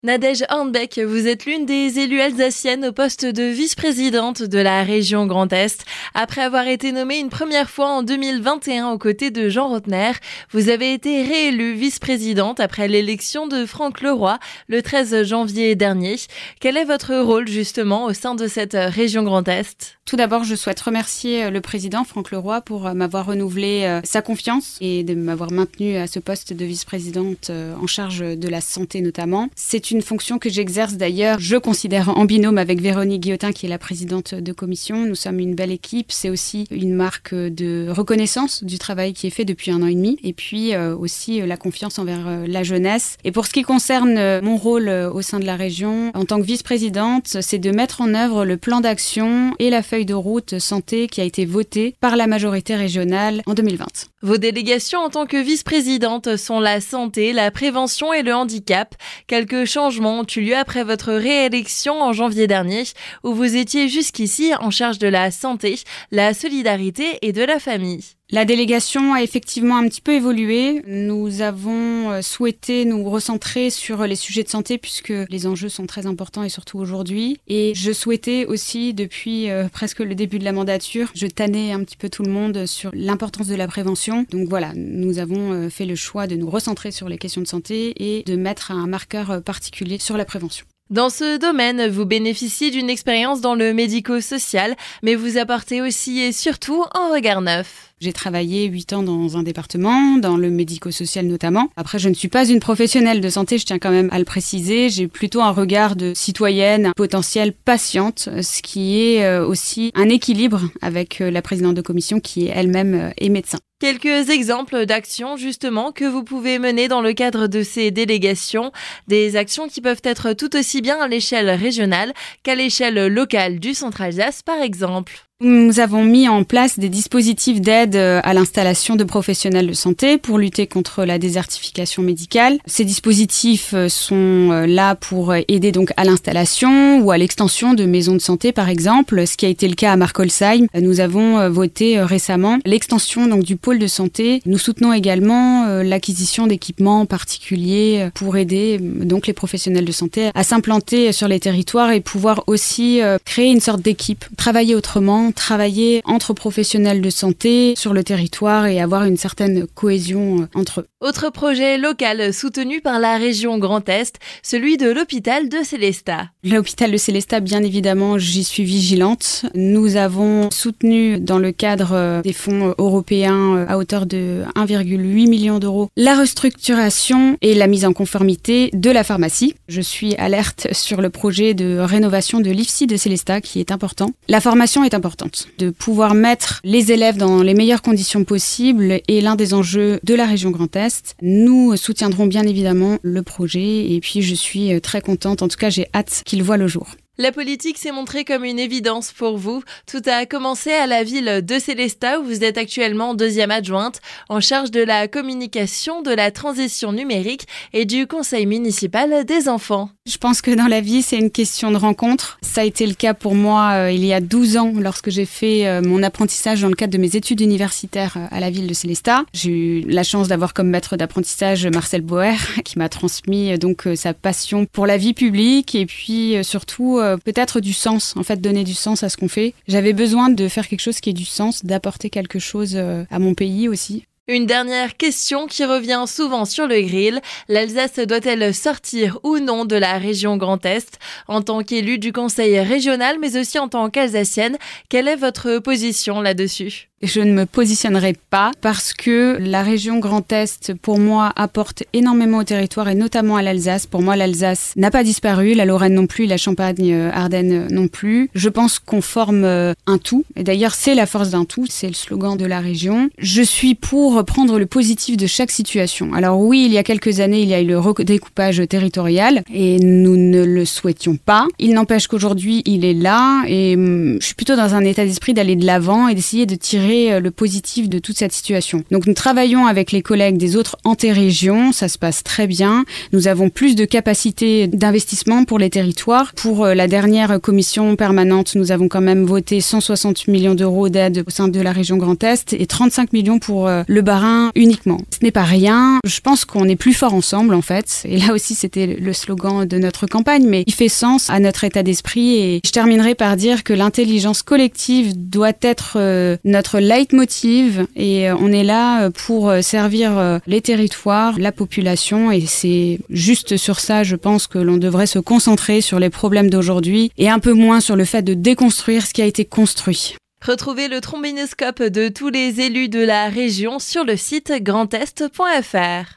Nadège Hornbeck, vous êtes l'une des élues alsaciennes au poste de vice-présidente de la région Grand Est. Après avoir été nommée une première fois en 2021 aux côtés de Jean Rotner, vous avez été réélue vice-présidente après l'élection de Franck Leroy le 13 janvier dernier. Quel est votre rôle justement au sein de cette région Grand Est ? Tout d'abord, je souhaite remercier le président Franck Leroy pour m'avoir renouvelé sa confiance et de m'avoir maintenue à ce poste de vice-présidente en charge de la santé notamment. C'est une fonction que j'exerce d'ailleurs, je considère en binôme avec Véronique Guillotin qui est la présidente de commission. Nous sommes une belle équipe, c'est aussi une marque de reconnaissance du travail qui est fait depuis 1 an et demi et puis aussi la confiance envers la jeunesse. Et pour ce qui concerne mon rôle au sein de la région, en tant que vice-présidente, c'est de mettre en œuvre le plan d'action et la feuille de route santé qui a été votée par la majorité régionale en 2020. Vos délégations en tant que vice-présidente sont la santé, la prévention et le handicap. Quelques changements ont eu lieu après votre réélection en janvier dernier, où vous étiez jusqu'ici en charge de la santé, la solidarité et de la famille. La délégation a effectivement un petit peu évolué. Nous avons souhaité nous recentrer sur les sujets de santé puisque les enjeux sont très importants et surtout aujourd'hui. Et je souhaitais aussi, depuis presque le début de la mandature, je tannais un petit peu tout le monde sur l'importance de la prévention. Donc voilà, nous avons fait le choix de nous recentrer sur les questions de santé et de mettre un marqueur particulier sur la prévention. Dans ce domaine, vous bénéficiez d'une expérience dans le médico-social, mais vous apportez aussi et surtout un regard neuf. J'ai travaillé 8 ans dans un département, dans le médico-social notamment. Après, je ne suis pas une professionnelle de santé, je tiens quand même à le préciser. J'ai plutôt un regard de citoyenne, potentielle patiente, ce qui est aussi un équilibre avec la présidente de commission qui elle-même est médecin. Quelques exemples d'actions justement que vous pouvez mener dans le cadre de ces délégations, des actions qui peuvent être tout aussi bien à l'échelle régionale qu'à l'échelle locale du Centre-Alsace par exemple. Nous avons mis en place des dispositifs d'aide à l'installation de professionnels de santé pour lutter contre la désertification médicale. Ces dispositifs sont là pour aider donc à l'installation ou à l'extension de maisons de santé par exemple, ce qui a été le cas à Markolsheim. Nous avons voté récemment l'extension donc du pôle de santé. Nous soutenons également l'acquisition d'équipements particuliers pour aider donc les professionnels de santé à s'implanter sur les territoires et pouvoir aussi créer une sorte d'équipe, travailler autrement, travailler entre professionnels de santé sur le territoire et avoir une certaine cohésion entre eux. Autre projet local soutenu par la région Grand Est, celui de l'hôpital de Sélestat. L'hôpital de Sélestat, bien évidemment, j'y suis vigilante. Nous avons soutenu dans le cadre des fonds européens à hauteur de 1,8 million d'euros la restructuration et la mise en conformité de la pharmacie. Je suis alerte sur le projet de rénovation de l'IFSI de Sélestat qui est important. La formation est importante. De pouvoir mettre les élèves dans les meilleures conditions possibles est l'un des enjeux de la région Grand Est. Nous soutiendrons bien évidemment le projet et puis je suis très contente, en tout cas j'ai hâte qu'il voit le jour. La politique s'est montrée comme une évidence pour vous. Tout a commencé à la ville de Sélestat où vous êtes actuellement 2e adjointe en charge de la communication, de la transition numérique et du conseil municipal des enfants. Je pense que dans la vie, c'est une question de rencontre. Ça a été le cas pour moi il y a 12 ans lorsque j'ai fait mon apprentissage dans le cadre de mes études universitaires à la ville de Sélestat. J'ai eu la chance d'avoir comme maître d'apprentissage Marcel Boer qui m'a transmis donc sa passion pour la vie publique et puis surtout peut-être du sens, en fait donner du sens à ce qu'on fait. J'avais besoin de faire quelque chose qui ait du sens, d'apporter quelque chose à mon pays aussi. Une dernière question qui revient souvent sur le grill. L'Alsace doit-elle sortir ou non de la région Grand Est ? En tant qu'élue du conseil régional, mais aussi en tant qu'Alsacienne, quelle est votre position là-dessus ? Je ne me positionnerai pas parce que la région Grand Est, pour moi, apporte énormément au territoire et notamment à l'Alsace. Pour moi, l'Alsace n'a pas disparu, la Lorraine non plus, la Champagne-Ardenne non plus. Je pense qu'on forme un tout. Et d'ailleurs, c'est la force d'un tout, c'est le slogan de la région. Je suis pour prendre le positif de chaque situation. Alors oui, il y a quelques années, il y a eu le redécoupage territorial et nous ne le souhaitions pas. Il n'empêche qu'aujourd'hui, il est là et je suis plutôt dans un état d'esprit d'aller de l'avant et d'essayer de tirer tirer le positif de toute cette situation. Donc nous travaillons avec les collègues des autres antérégions, ça se passe très bien. Nous avons plus de capacité d'investissement pour les territoires. Pour la dernière commission permanente, nous avons quand même voté 160 millions d'euros d'aide au sein de la région Grand Est et 35 millions pour le Bas-Rhin uniquement. Ce n'est pas rien. Je pense qu'on est plus fort ensemble en fait. Et là aussi, c'était le slogan de notre campagne, mais il fait sens à notre état d'esprit. Et je terminerai par dire que l'intelligence collective doit être notre leitmotiv et on est là pour servir les territoires, la population et c'est juste sur ça, je pense que l'on devrait se concentrer sur les problèmes d'aujourd'hui et un peu moins sur le fait de déconstruire ce qui a été construit. Retrouvez le trombinoscope de tous les élus de la région sur le site grandest.fr.